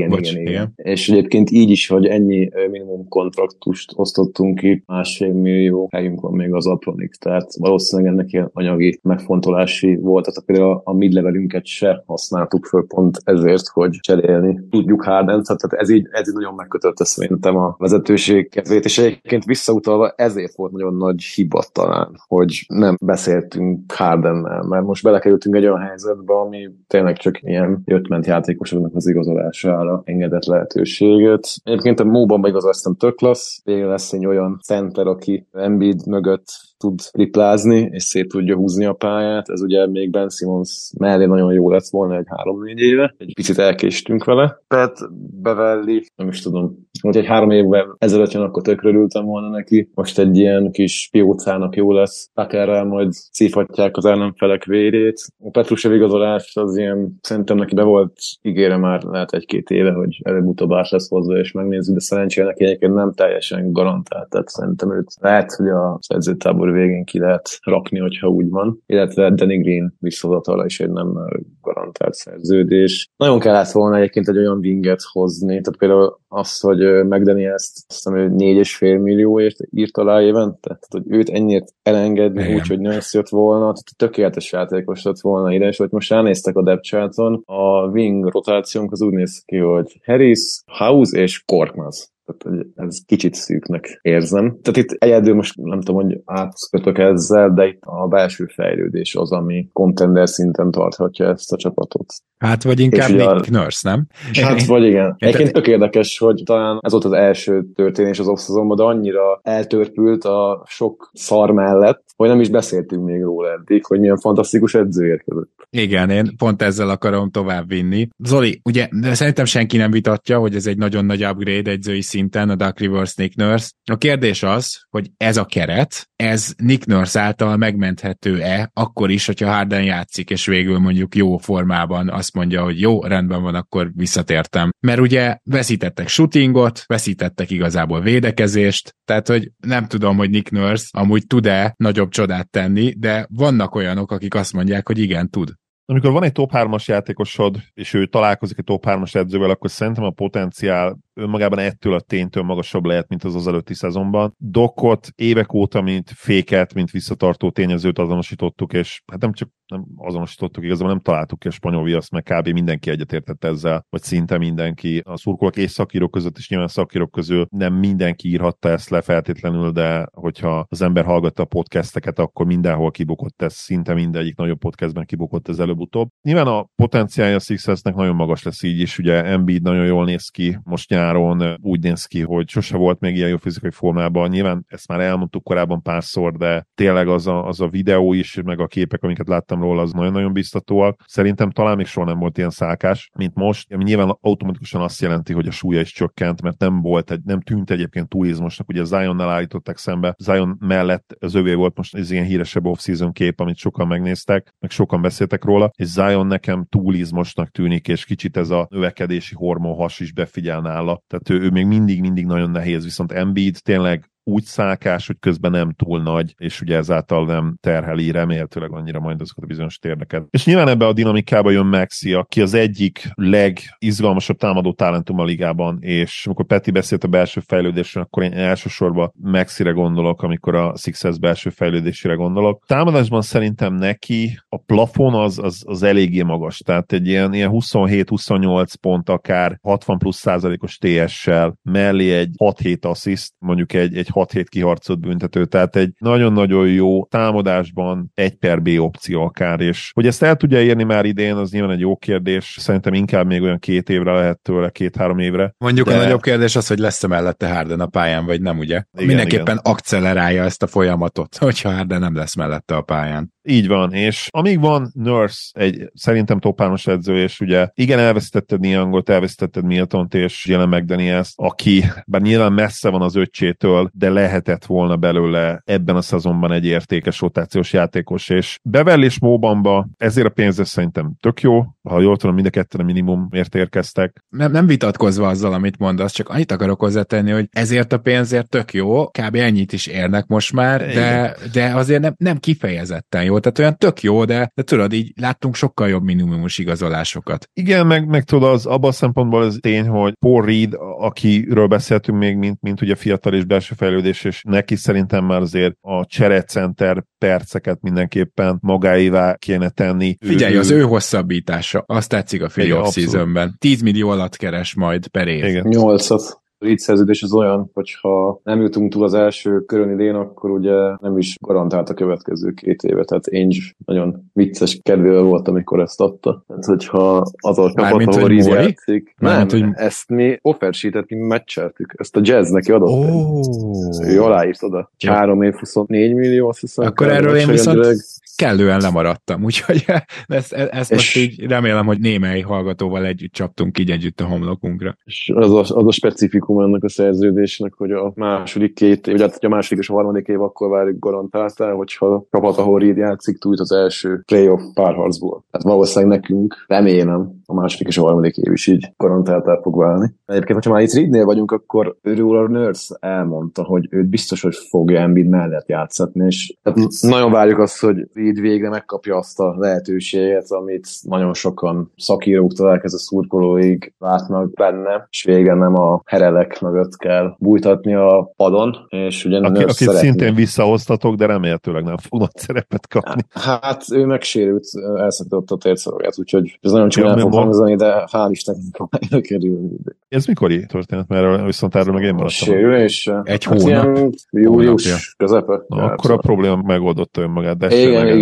Igen. És egyébként így is, hogy ennyi minimum kontraktust osztottunk ki, 1,5 millió helyünk van még az apronig. Tehát valószínűleg ennek ilyen anyagi megfontolási volt. Tehát például a mid-levelünket se használtuk föl pont ezért, hogy cserélni tudjuk Hardent, tehát ez így nagyon megkötötte szerintem a vezetőség kezét, és egyébként visszautalva ezért volt nagyon nagy hiba talán, hogy nem beszéltünk Hardennel, mert most belekerültünk egy olyan helyzetbe, ami tényleg csak ilyen jött-ment játékosoknak az igazolására engedett lehetőséget. Egyébként a Mo-ban igazolástam tök klassz, végül lesz egy olyan center, aki Embiid mögött tud triplázni, és szét tudja húzni a pályát. Ez ugye még Ben Simmons mellé nagyon jó lett volna egy 3-4 éve. Egy picit elkéstünk vele. Pat Beverley, nem is tudom, hogy egy 3 évvel ezelőtt jön, akkor tökre örültem volna neki. Most egy ilyen kis piócának jó lesz. Tuckerrel majd szívhatják az ellenfelek vérét. A Petrusev igazolás az ilyen, szerintem neki be volt ígére már lehet 1-2 éve, hogy előbb-utóbb ás lesz hozzá, és megnézzük, de szerencsére neki egyébként nem teljesen garantált. Tehát szerintem őt lehet, hogy az edzőtábor végén ki lehet rakni, hogyha úgy van. Illetve Danny Green visszahozatala is egy nem garantált szerződés. Nagyon kellett volna egyébként egy olyan winget hozni, tehát például az, hogy McDaniel azt hiszem, hogy 4,5 millióért írt alá évente, tehát hogy őt ennyit elengedni úgy, hogy Nurse jött volna, tehát tökéletes játékos lett volna ide, és hogy most ránéztek a depth charton, a wing rotációnk az úgy néz ki, hogy Harris, House és Korkmaz. Tehát ez kicsit szűknek érzem. Tehát itt egyedül most nem tudom, hogy átkötök ezzel, de itt a belső fejlődés az, ami contender szinten tarthatja ezt a csapatot. Hát vagy inkább Nick Nurse, nem? Hát vagy igen. Egyébként tök érdekes, hogy talán ez volt az első történés az off-szezonban, de annyira eltörpült a sok szar mellett, hogy nem is beszéltünk még róla eddig, hogy milyen fantasztikus edző érkezett. Igen, én pont ezzel akarom tovább vinni. Zoli, ugye szerintem senki nem vitatja, hogy ez egy nagyon nagy upgrade edzői szinten, a Doc Rivers, Nick Nurse. A kérdés az, hogy ez a keret, ez Nick Nurse által megmenthető-e, akkor is, hogyha Harden játszik, és végül mondjuk jó formában azt mondja, hogy jó, rendben van, akkor visszatértem. Mert ugye veszítettek shootingot, veszítettek igazából védekezést, tehát hogy nem tudom, hogy Nick Nurse amúgy tud-e nagyobb csodát tenni, de vannak olyanok, akik azt mondják, hogy igen, tud. Amikor van egy top 3-as játékosod, és ő találkozik egy top 3-as edzővel, akkor szerintem a potenciál önmagában ettől a ténytől magasabb lehet, mint az előtti szezonban. Dokot évek óta, mint féket, mint visszatartó tényezőt azonosítottuk, és hát nem azonosítottuk, igazából nem találtuk ki a spanyol viaszt, meg kb. Mindenki egyetértett ezzel, vagy szinte mindenki. A szurkolók és szakírók között is nyilván szakírók közül nem mindenki írhatta ezt le feltétlenül, de hogyha az ember hallgatta a podcasteket, akkor mindenhol kibukott ez, szinte mindegyik nagyobb podcastben kibukott ez előbb-utóbb. Nyilván a potenciálja a Sixersnek nagyon magas lesz így is, ugye Embiid nagyon jól néz ki, most nyáron úgy néz ki, hogy sose volt még ilyen jó fizikai formában. Nyilván ezt már elmondtuk korábban párszor, de tényleg az a videó is, meg a képek, amiket láttam róla, az nagyon-nagyon biztatóak. Szerintem talán még soha nem volt ilyen szálkás, mint most, ami nyilván automatikusan azt jelenti, hogy a súlya is csökkent, mert nem tűnt egyébként túl izmosnak. Ugye Zionnal állították szembe, Zion mellett az övé volt most ez ilyen híresebb off-season kép, amit sokan megnéztek, meg sokan beszéltek róla, és Zion nekem túl izmosnak tűnik, és kicsit ez a növekedési hormonhas is befigyel nála. Tehát ő még mindig nagyon nehéz, viszont Embiid tényleg úgy szálkás, hogy közben nem túl nagy, és ugye ezáltal nem terheli remélhetőleg annyira majd azokat a bizonyos térdeket. És nyilván ebbe a dinamikába jön Maxi, aki az egyik legizgalmasabb támadó talentum a ligában, és amikor Peti beszélt a belső fejlődésről, akkor én elsősorban Maxire gondolok, amikor a Sixers belső fejlődésére gondolok. Támadásban szerintem neki a plafon az eléggé magas, tehát egy ilyen 27-28 pont, akár 60 plusz százalékos TS-sel, mellé egy 6-7 assziszt, mondjuk egy 6-7 kiharcolt büntető, tehát egy nagyon-nagyon jó támadásban 1/B opció akár, és hogy ezt el tudja érni már idén, az nyilván egy jó kérdés, szerintem inkább még olyan 2 évre lehet tőle, 2-3 évre. Mondjuk a nagyobb kérdés az, hogy lesz-e mellette Harden a pályán, vagy nem, ugye? Igen, mindenképpen akcelerálja ezt a folyamatot, hogyha Harden nem lesz mellette a pályán. Így van, és amíg van Nurse egy szerintem top 3-as edző, és ugye igen, elvesztetted Niangot, elvesztetted Miltont és Jalen McDaniels, aki bár nyilván messze van az öccsétől, de lehetett volna belőle ebben a szezonban egy értékes rotációs játékos, és Beverly és Mo Bamba ezért a pénzre szerintem tök jó, ha jól tudom, mind a ketten a minimumért érkeztek. Nem vitatkozva azzal, amit mondasz, csak annyit akarok hozzátenni, hogy ezért a pénzért tök jó, kb. Ennyit is érnek most már, de azért nem kifejezetten jó, tehát olyan tök jó, de tudod, így láttunk sokkal jobb minimumos igazolásokat. Igen, meg tudod, az abban a szempontból az tény, hogy Paul Reed, akiről beszéltünk még, mint ugye fiatal és belső fejlődés, és neki szerintem már azért a cserecenter perceket mindenképpen magáévá kéne tenni. Figyelj, az ő hosszabbítása, azt tetszik a free off-seasonben. 10 millió alatt keres majd per év. Igen. 8-at. Így szerződés az olyan, hogyha nem jutunk túl az első körön idén, akkor ugye nem is garantált a következő 2 évet. Tehát én is nagyon vicces kedvével volt, amikor ezt adta. Tehát, hogyha az a csapat, ahol Reed játszik. Ezt mi offer sheetet mi meccseltük. Ezt a Jazz neki adott. Ő aláírt oda. 3 év 24 millió, azt hiszem. Akkor erről én viszont kellően lemaradtam, úgyhogy ezt most így remélem, hogy némely hallgatóval együtt csaptunk így együtt a homlokunkra. És az a specifikus minimum ennek a szerződésnek, hogy a második 2 év, vagy hát a második és a harmadik év akkor válik garantáltál, hogyha a csapat, ahol Reed játszik, túljut az első playoff párharcból. Tehát valószínűleg nekünk, remélem, a második és a harmadik év is így garantáltál fog válni. Egyébként, hogyha már itt Reednél vagyunk, akkor őről a Nurse elmondta, hogy őt biztos, hogy fogja Embiid mellett játszatni, és nagyon várjuk azt, hogy Reed végre megkapja azt a lehetőséget, amit nagyon sokan szakírók, találkező szurkolóig látnak benne, és végre nem a herelek mögött kell bújtatni a padon, és ugye akit szintén visszahoztatok, de remélhetőleg nem fog nagy szerepet kapni. Hát ő megsérült, elszakította a térszalagát, úgyhogy ez nagyon csúnyán fog hangzani, de hál' Istennek próbálja kerülni. Ez mikori történet? Mert viszont erről meg én maradtam. Sérülés? Egy hónap. Július közepe. Akkor a probléma megoldotta önmagát, de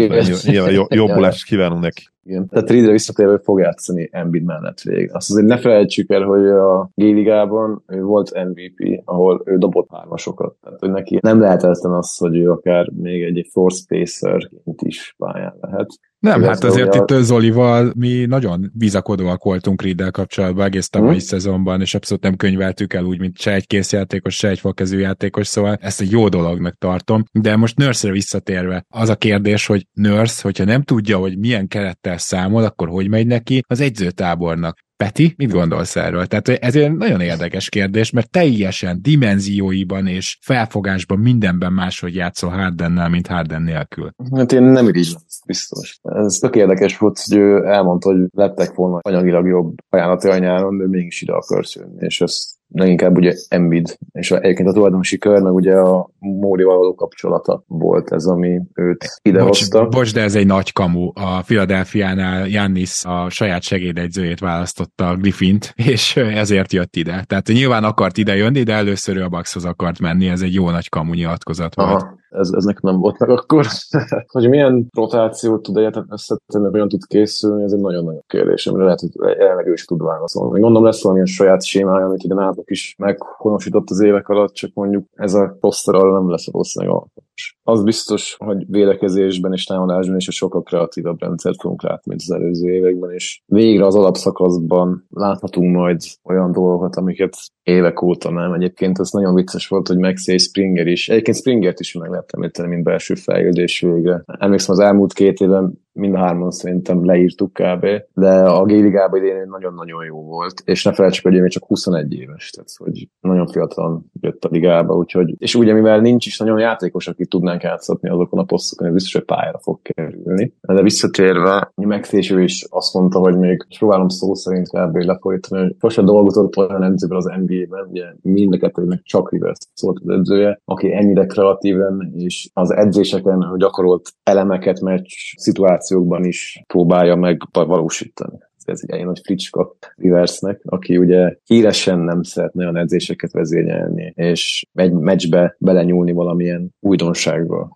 igen. jobbulást kívánunk neki. Igen. Tehát Reedre visszatérve fog játszani Embiid mellett végig. Azt azért ne felejtsük el, hogy a G-ligában ő volt MVP, ahol ő dobott 3-asokat. Tehát, hogy neki nem lehetetlen az, hogy ő akár még egy floor spacerként is pályán lehet. Nem, hát azért itt Zolival mi nagyon bizakodóak voltunk Reeddel kapcsolatban egész tavalyi szezonban, és abszolút nem könyveltük el úgy, mint se egy készjátékos, se egy fakezű játékos, szóval ezt egy jó dolognak tartom. De most Nurse-re visszatérve, az a kérdés, hogy Nurse, hogyha nem tudja, hogy milyen kerettel számol, akkor hogy megy neki az edzőtábornak? Peti, mit gondolsz erről? Tehát ez egy nagyon érdekes kérdés, mert teljesen dimenzióiban és felfogásban mindenben máshogy játszol Hardennel, mint Harden nélkül. Hát én nem így biztos. Ez tök érdekes volt, hogy ő elmondta, hogy lettek volna anyagilag jobb ajánlati a nyáron, de mégis ide akarsz jönni, és ez leginkább ugye Embiid, és egyébként a tulajdonosi kör, meg ugye a Mórival való kapcsolata volt ez, ami őt idehozta. Bocs, de ez egy nagy kamu. A Philadelphiánál Giannis a saját segédegyzőjét választotta, a Griffint, és ezért jött ide. Tehát nyilván akart ide jönni, de először ő a Buckshoz akart menni, ez egy jó nagy kamu nyilatkozat volt. Ez nekem nem volt meg akkor. Hogy milyen rotációt tud egyáltalán összetenni, meg olyan tud készülni, ez egy nagyon-nagyon kérdés, amire lehet, hogy jelenleg ő is tud válaszolni. Gondolom lesz valamilyen saját sémája, amit ide nálatok is meghonosított az évek alatt, csak mondjuk ez a roster arra nem lesz valószínűleg alkalmas. Az biztos, hogy védekezésben és támadásban is sokkal kreatívabb rendszert fogunk látni, mint az előző években, és végre az alapszakaszban láthatunk majd olyan dolgokat, amiket évek óta nem. Egyébként ez nagyon vicces volt, hogy Maxey Springer is. Egyébként Springert is meg lehet említeni, mint belső fejlődés végre. Emlékszem, az elmúlt 2 évben mind a hárman szerintem leírtuk kb. De a G-ligában idén nagyon-nagyon jó volt, és ne felejtsük, hogy még csak 21 éves, tehát hogy nagyon fiatalan jött a ligába, úgyhogy, és ugye mivel nincs is nagyon játékos, akit tudnánk játszatni azokon a posztokon, ez biztos, hogy pályára fog kerülni. De visszatérve, Megtéső is azt mondta, hogy még próbálom szó szerint kb. Lefolytani, hogy sose dolgozott olyan edzővel az NBA-ben, ugye mindkettőnek csak Rivers szólt az edzője, aki ennyire kreatíven és az edzéseken gyakorolt elemeket meccs szituációkban is próbálja meg valósítani. Ez egy nagy fricska Riversnek, aki ugye híresen nem szeretne olyan edzéseket vezényelni, és egy meccsbe belenyúlni valamilyen újdonságba.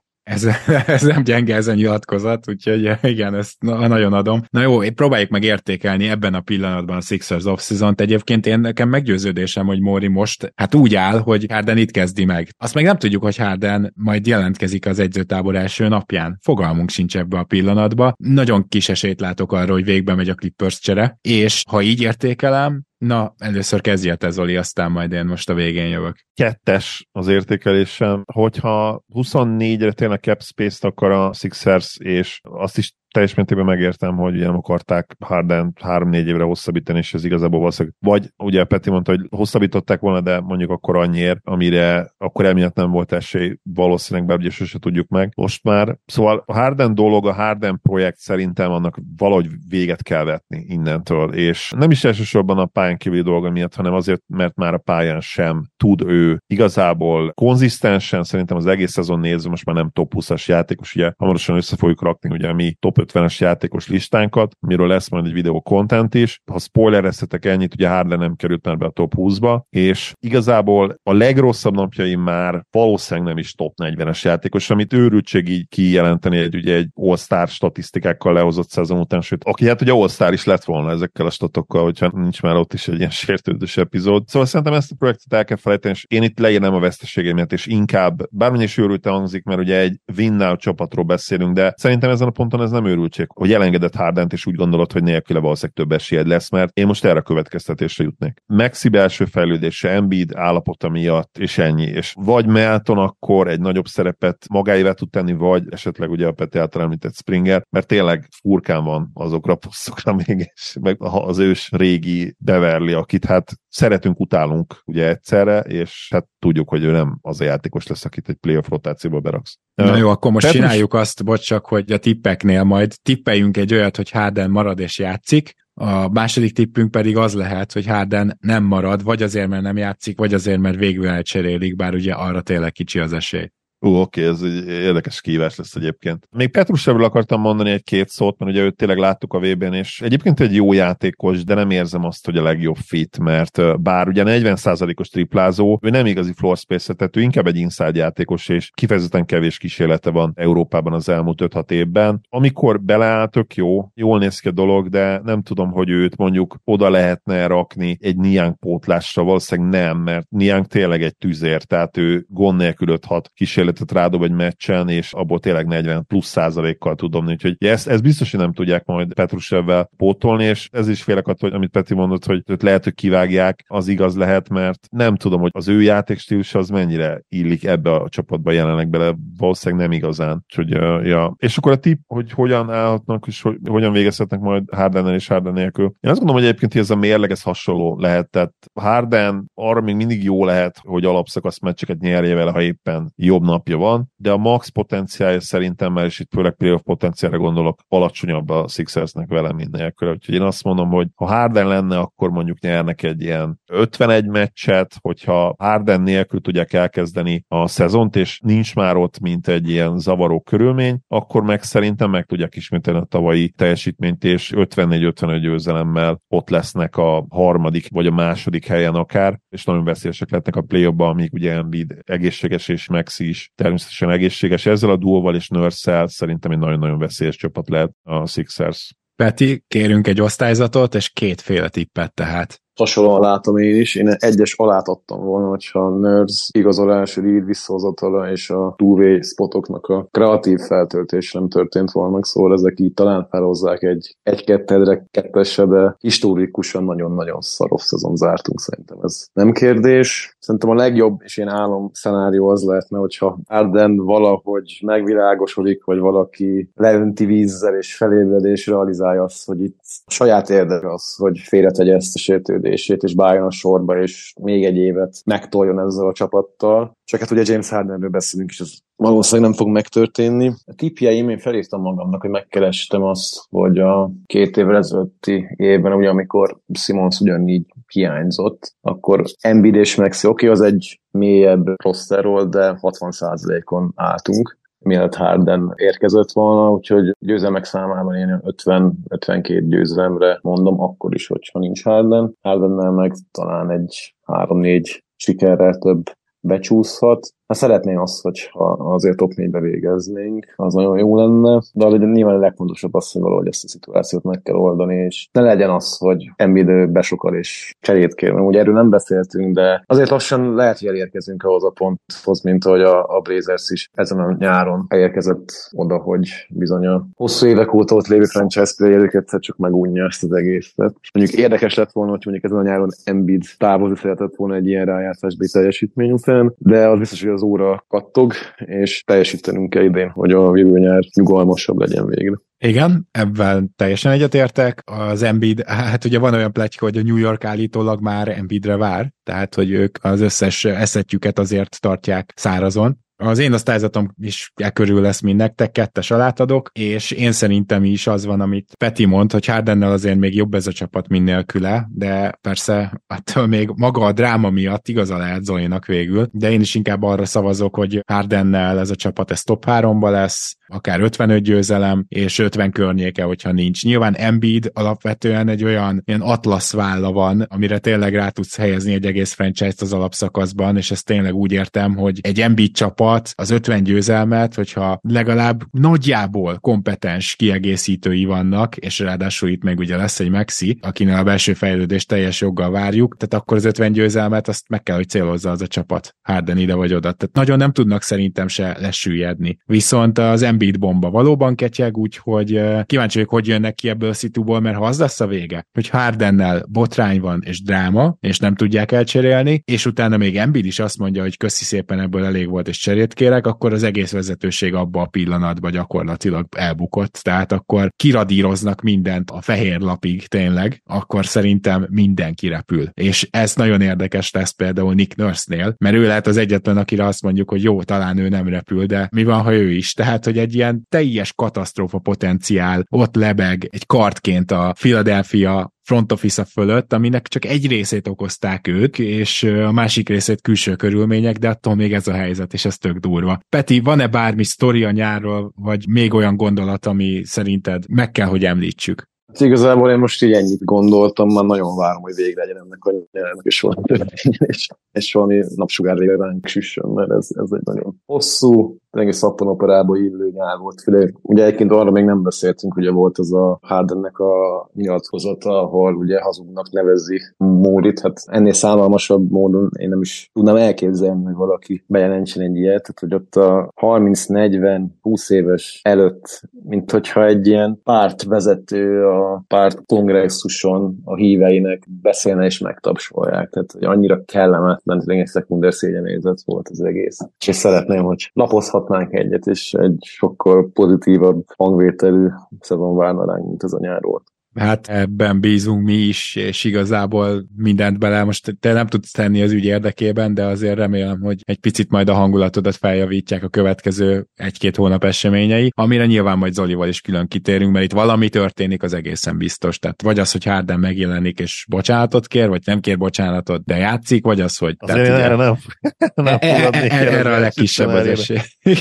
Ez nem gyenge ez a nyilatkozat, úgyhogy igen, ezt nagyon adom. Na jó, próbáljuk meg értékelni ebben a pillanatban a Sixers off-season-t. Egyébként nekem meggyőződésem, hogy Mori most hát úgy áll, hogy Harden itt kezdi meg. Azt meg nem tudjuk, hogy Harden majd jelentkezik az edzőtábor első napján. Fogalmunk sincs ebbe a pillanatba. Nagyon kis esélyt látok arra, hogy végbe megy a Clippers csere, és ha így értékelem, na, először kezdje te, Zoli, aztán majd én most a végén jövök. 2 az értékelésem, hogyha 24-re tényleg cap space-t akar a Sixers, és azt is teljes mértékben megértem, hogy nem akarták Harden 3-4 évre hosszabbítani, és ez igazából valószínűleg, vagy ugye Peti mondta, hogy hosszabbították volna, de mondjuk akkor annyiért, amire akkor emiatt nem volt esély, valószínűleg bár ugye sose tudjuk meg. Most már, szóval a Harden dolog, a Harden projekt szerintem annak valahogy véget kell vetni innentől, és nem is elsősorban a pályán kívüli dolga miatt, hanem azért, mert már a pályán sem tud ő igazából konzisztensen, szerintem az egész szezon nézve most már nem top 20-as játékos, ugye hamarosan össze fogjuk rakni ugye mi top 50-es játékos listánkat, miről lesz majd egy videó content is. Ha spoilereztetek ennyit, ugye Harden nem került már be a top 20-ba, és igazából a legrosszabb napjaim már valószínűleg nem is top 40-es játékos, amit őrültség így kijelenteni egy All-Star statisztikákkal lehozott szezon után, sőt, aki hát ugye All-Star is lett volna ezekkel a statokkal, hogyha nincs már ott is egy ilyen sértődős epizód. Szóval szerintem ezt a projektet el kell felejteni, és én itt leírnám a veszteségeimet, és inkább, bármilyen is őrülten hangzik, mert ugye egy win-now csapatról beszélünk, de szerintem ezen a ponton ez nem őrültség, hogy elengedett Hardent, és úgy gondolod, hogy nélküle valószínűleg több esélyed lesz, mert én most erre a következtetésre jutnék. Maxi belső fejlődése, Embiid állapota miatt, és ennyi. És vagy Melton akkor egy nagyobb szerepet magáévá tud tenni, vagy esetleg ugye a Peti által említett Springer, mert tényleg furkán van azokra a posztokra még, és meg az ős régi Beverly, akit hát szeretünk, utálunk ugye egyszerre, és hát tudjuk, hogy ő nem az a játékos lesz, akit egy playoff rotációba beraksz. Na jó, akkor most csináljuk azt, csak hogy a tippeknél majd tippeljünk egy olyat, hogy Harden marad és játszik, a második tippünk pedig az lehet, hogy Harden nem marad, vagy azért, mert nem játszik, vagy azért, mert végül elcserélik, bár ugye arra tényleg kicsi az esély. Oké, ez egy érdekes kihívás lesz egyébként. Még Petrusevről akartam mondani egy-két szót, mert ugye őt tényleg láttuk a VB-n, és egyébként egy jó játékos, de nem érzem azt, hogy a legjobb fit, mert bár ugye 40%-os triplázó, ő nem igazi floor space-et, tehát ő inkább egy inside játékos, és kifejezetten kevés kísérlete van Európában az elmúlt 5-6 évben. Amikor beleáll, tök jó, jól néz ki a dolog, de nem tudom, hogy őt mondjuk oda lehetne rakni egy Niang pótlásra, valószínűleg nem, mert Niang tényleg egy tüzér, tehát ő gond nélkül 5-6 kísérletet rádob egy meccsen, és abból tényleg 40+% tud dobni, úgyhogy ezt biztos, hogy nem tudják majd Petrusevvel pótolni, és ez is félek attól, hogy amit Peti mondott, hogy lehet, hogy kivágják, az igaz lehet, mert nem tudom, hogy az ő játékstílusa az mennyire illik ebbe a csapatba jelenleg bele, valószínűleg nem igazán. Úgyhogy, ja. És akkor a tipp, hogy hogyan állhatnak, és hogyan végezhetnek majd Hardennel és Harden nélkül. Én azt gondolom, hogy egyébként ez a mérleg, ez hasonló lehet, tehát Harden arra még mindig jó lehet, hogy alapszakasz meccseket nyerje vele, ha éppen jobb napja van, de a max potenciálja szerintem, mert is itt főleg playoff potenciálra gondolok, alacsonyabb a Sixersnek vele, mint nélkül. Úgyhogy én azt mondom, hogy ha Harden lenne, akkor mondjuk nyernek egy ilyen 51 meccset, hogyha Harden nélkül tudják elkezdeni a szezont, és nincs már ott, mint egy ilyen zavaró körülmény, akkor meg szerintem meg tudják ismételni a tavalyi teljesítményt, és 54-55 győzelemmel ott lesznek a harmadik vagy a második helyen akár, és nagyon veszélyesek lehetnek a play-offba, amíg ugye Embiid egészséges és Maxi is természetesen egészséges. Ezzel a duóval és Nurse-szel szerintem egy nagyon-nagyon veszélyes csapat lehet a Sixers. Peti, kérünk egy osztályzatot, és kétféle tippet tehát. Hasonlóan látom én is. Én egyes alát adtam volna, hogyha a Nerds igazolási lead visszahozatala és a two-way spotoknak a kreatív feltöltés nem történt volna meg, szóval ezek így talán felhozzák egy-kettedre, kettesre, de historikusan nagyon-nagyon szar off-szezon zártunk, szerintem ez nem kérdés. Szerintem a legjobb, és én álom szenárió az lehetne, hogyha Harden valahogy megvilágosodik, vagy valaki leönti vízzel és felébred és realizálja azt, hogy itt a saját érdeke az, hogy félretegye ezt a sértődését, és beálljon a sorba, és még egy évet megtoljon ezzel a csapattal. Csak hát ugye James Hardenről beszélünk, és ez valószínűleg nem fog megtörténni. A tippjeim, én felírtam magamnak, hogy megkerestem azt, hogy a 2 évvel ezelőtti évben, ugye amikor Simmons ugyanígy hiányzott, akkor Embiid és Maxi, oké, az egy mélyebb rosterról, de 60%-on álltunk, mielőtt Harden érkezett volna, úgyhogy győzelmek számában én 50-52 győzelemre mondom, akkor is, hogyha nincs Harden. Hardennel meg talán egy 3-4 sikerrel több becsúszhat. Hát szeretném azt, hogyha azért top 4-be végeznénk, az nagyon jó lenne, de nyilván a legfontosabb az, hogy valahogy ezt a szituációt meg kell oldani, és ne legyen az, hogy Embiid besokal és cserét kér, mert ugye erről nem beszéltünk, de azért lassan lehet, hogy elérkezünk ahhoz a ponthoz, mint ahogy a Blazers is ezen a nyáron elérkezett oda, hogy bizony a hosszú évek óta ott lévő franchise player-öket csak megújja ezt az egészet. Mondjuk érdekes lett volna, hogy mondjuk ezen a nyáron Embiid távozni szeretett volna egy ilyen rájátszásbeli teljesítmény után, de az biztos, hogy az óra kattog, és teljesítenünk kell idén, hogy a jövő nyár nyugalmasabb legyen végre. Igen, ebben teljesen egyetértek. Az Embiid, hát ugye van olyan pletyka, hogy a New York állítólag már Embiidre vár, tehát hogy ők az összes eszetjüket azért tartják szárazon. Az én osztályzatom is körül lesz, mint nektek, 2-es alát adok, és én szerintem is az van, amit Peti mond, hogy Hardennel azért még jobb ez a csapat, mint nélküle, de persze attól még maga a dráma miatt igaza lehet Zolinak végül, de én is inkább arra szavazok, hogy Hardennel ez a csapat ez top 3-ba lesz, akár 55 győzelem, és 50 környéke, hogyha nincs. Nyilván Embiid alapvetően egy olyan ilyen atlasz válla van, amire tényleg rá tudsz helyezni egy egész franchise-t az alapszakaszban, és ezt tényleg úgy értem, hogy egy Embiid csapat csapat az 50 győzelmet, hogyha legalább nagyjából kompetens kiegészítői vannak, és ráadásul itt még ugye lesz egy Maxi, akinél a belső fejlődést teljes joggal várjuk, tehát akkor az 50 győzelmet azt meg kell, hogy célozza az a csapat. Harden ide vagy oda. Tehát nagyon nem tudnak szerintem se lesüllyedni. Viszont az Embiid bomba valóban ketyeg, úgyhogy kíváncsi vagyok, hogy jönnek ki ebből a szituból, mert ha az lesz a vége, hogy Hardennel botrány van és dráma, és nem tudják elcserélni, és utána még Embiid is azt mondja, hogy köszi szépen, ebből elég volt, és cserét kérek, akkor az egész vezetőség abba a pillanatban gyakorlatilag elbukott. Tehát akkor kiradíroznak mindent a fehér lapig tényleg, akkor szerintem mindenki repül. És ez nagyon érdekes lesz például Nick Nurse-nél, mert ő lehet az egyetlen, akire azt mondjuk, hogy jó, talán ő nem repül, de mi van, ha ő is? Tehát, hogy egy ilyen teljes katasztrófa potenciál ott lebeg egy kartként a Philadelphia front office fölött, aminek csak egy részét okozták ők, és a másik részét külső körülmények, de attól még ez a helyzet, és ez tök durva. Peti, van-e bármi sztori a nyárról, vagy még olyan gondolat, ami szerinted meg kell, hogy említsük? Igazából én most így ennyit gondoltam, már nagyon várom, hogy végre legyen ennek a nyelvnek, és valami történjen, és valami napsugár végre ránk süssön, mert ez egy nagyon hosszú, egész szappanoperába illő nyár volt. Ugye egyébként arra még nem beszéltünk, ugye volt az a Hardennek a nyilatkozata, ahol ugye hazugnak nevezi Mórit, hát ennél szánalmasabb módon én nem is tudnám elképzelni, hogy valaki bejelentsen egy ilyet, tehát hogy ott a 30-40-20 éves előtt, mint hogyha egy ilyen pártvezető a párt kongresszuson a híveinek beszélne és megtapsolják, tehát hogy annyira kellemetlen, egy szekunder szégyenérzet volt az egész. És szeretném, hogy lapozhatnánk egyet, és egy sokkal pozitívabb hangvételű szezon várna ránk, mint ez a nyár volt. Hát ebben bízunk mi is, és igazából mindent bele. Most te nem tudsz tenni az ügy érdekében, de azért remélem, hogy egy picit majd a hangulatodat feljavítják a következő 1-2 hónap eseményei, amire nyilván majd Zolival is külön kitérünk, mert itt valami történik, az egészen biztos. Tehát vagy az, hogy Harden megjelenik és bocsánatot kér, vagy nem kér bocsánatot, de játszik, vagy az, hogy... Azért én erre nem erre a legkisebb az esély.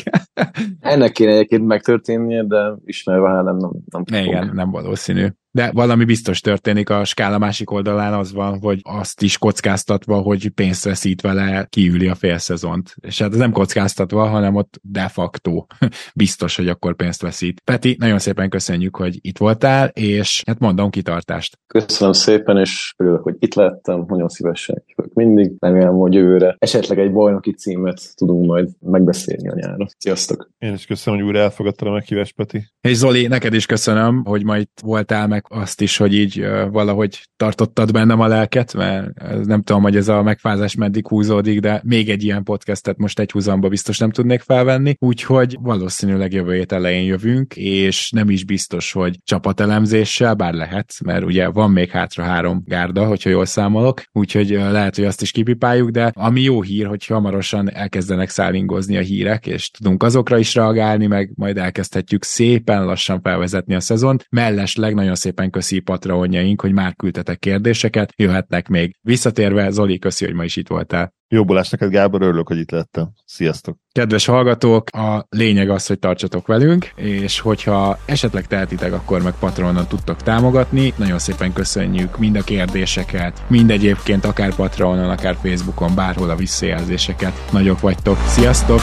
Ennek kéne egyébként megtörténnie, de ismerve Harden nem tudom. Igen, nem valószínű. De valami biztos történik, a skála másik oldalán az van, hogy azt is kockáztatva, hogy pénzt veszít vele, kiüli a félszezont. És hát ez nem kockáztatva, hanem ott de facto biztos, hogy akkor pénzt veszít. Peti, nagyon szépen köszönjük, hogy itt voltál, és hát mondom, kitartást. Köszönöm szépen, és örülök, hogy itt lettem, nagyon szívesen jövök mindig. Remélem, hogy jövőre esetleg egy bajnoki címet tudunk majd megbeszélni a nyáron. Sziasztok! Én is köszönöm, hogy újra elfogadtad a meghívást, Peti. És Zoli, neked is köszönöm, hogy ma itt voltál, meg azt is, hogy így valahogy tartottad bennem a lelket, mert nem tudom, hogy ez a megfázás meddig húzódik, de még egy ilyen podcastet most egy húzamba biztos nem tudnék felvenni, úgyhogy valószínűleg jövő hét elején jövünk, és nem is biztos, hogy csapatelemzéssel, bár lehet, mert ugye van még hátra 3 gárda, hogyha jól számolok, úgyhogy lehet, hogy azt is kipipáljuk, de ami jó hír, hogy hamarosan elkezdenek szállingozni a hírek, és tudunk azokra is reagálni, meg majd elkezdhetjük szépen lassan felvezetni a szezont. Mellesleg nagyon szépen köszi patronjaink, hogy már küldtetek kérdéseket, jöhetnek még. Visszatérve, Zoli, köszi, hogy ma is itt voltál. Jobbulást neked, Gábor, örülök, hogy itt lettem. Sziasztok! Kedves hallgatók, a lényeg az, hogy tartsatok velünk, és hogyha esetleg tehetitek, akkor meg Patronon tudtok támogatni. Nagyon szépen köszönjük mind a kérdéseket, mind egyébként akár Patronon, akár Facebookon, bárhol a visszajelzéseket. Nagyok vagytok. Sziasztok!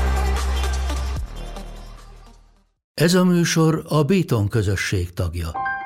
Ez a műsor a Béton közösség tagja.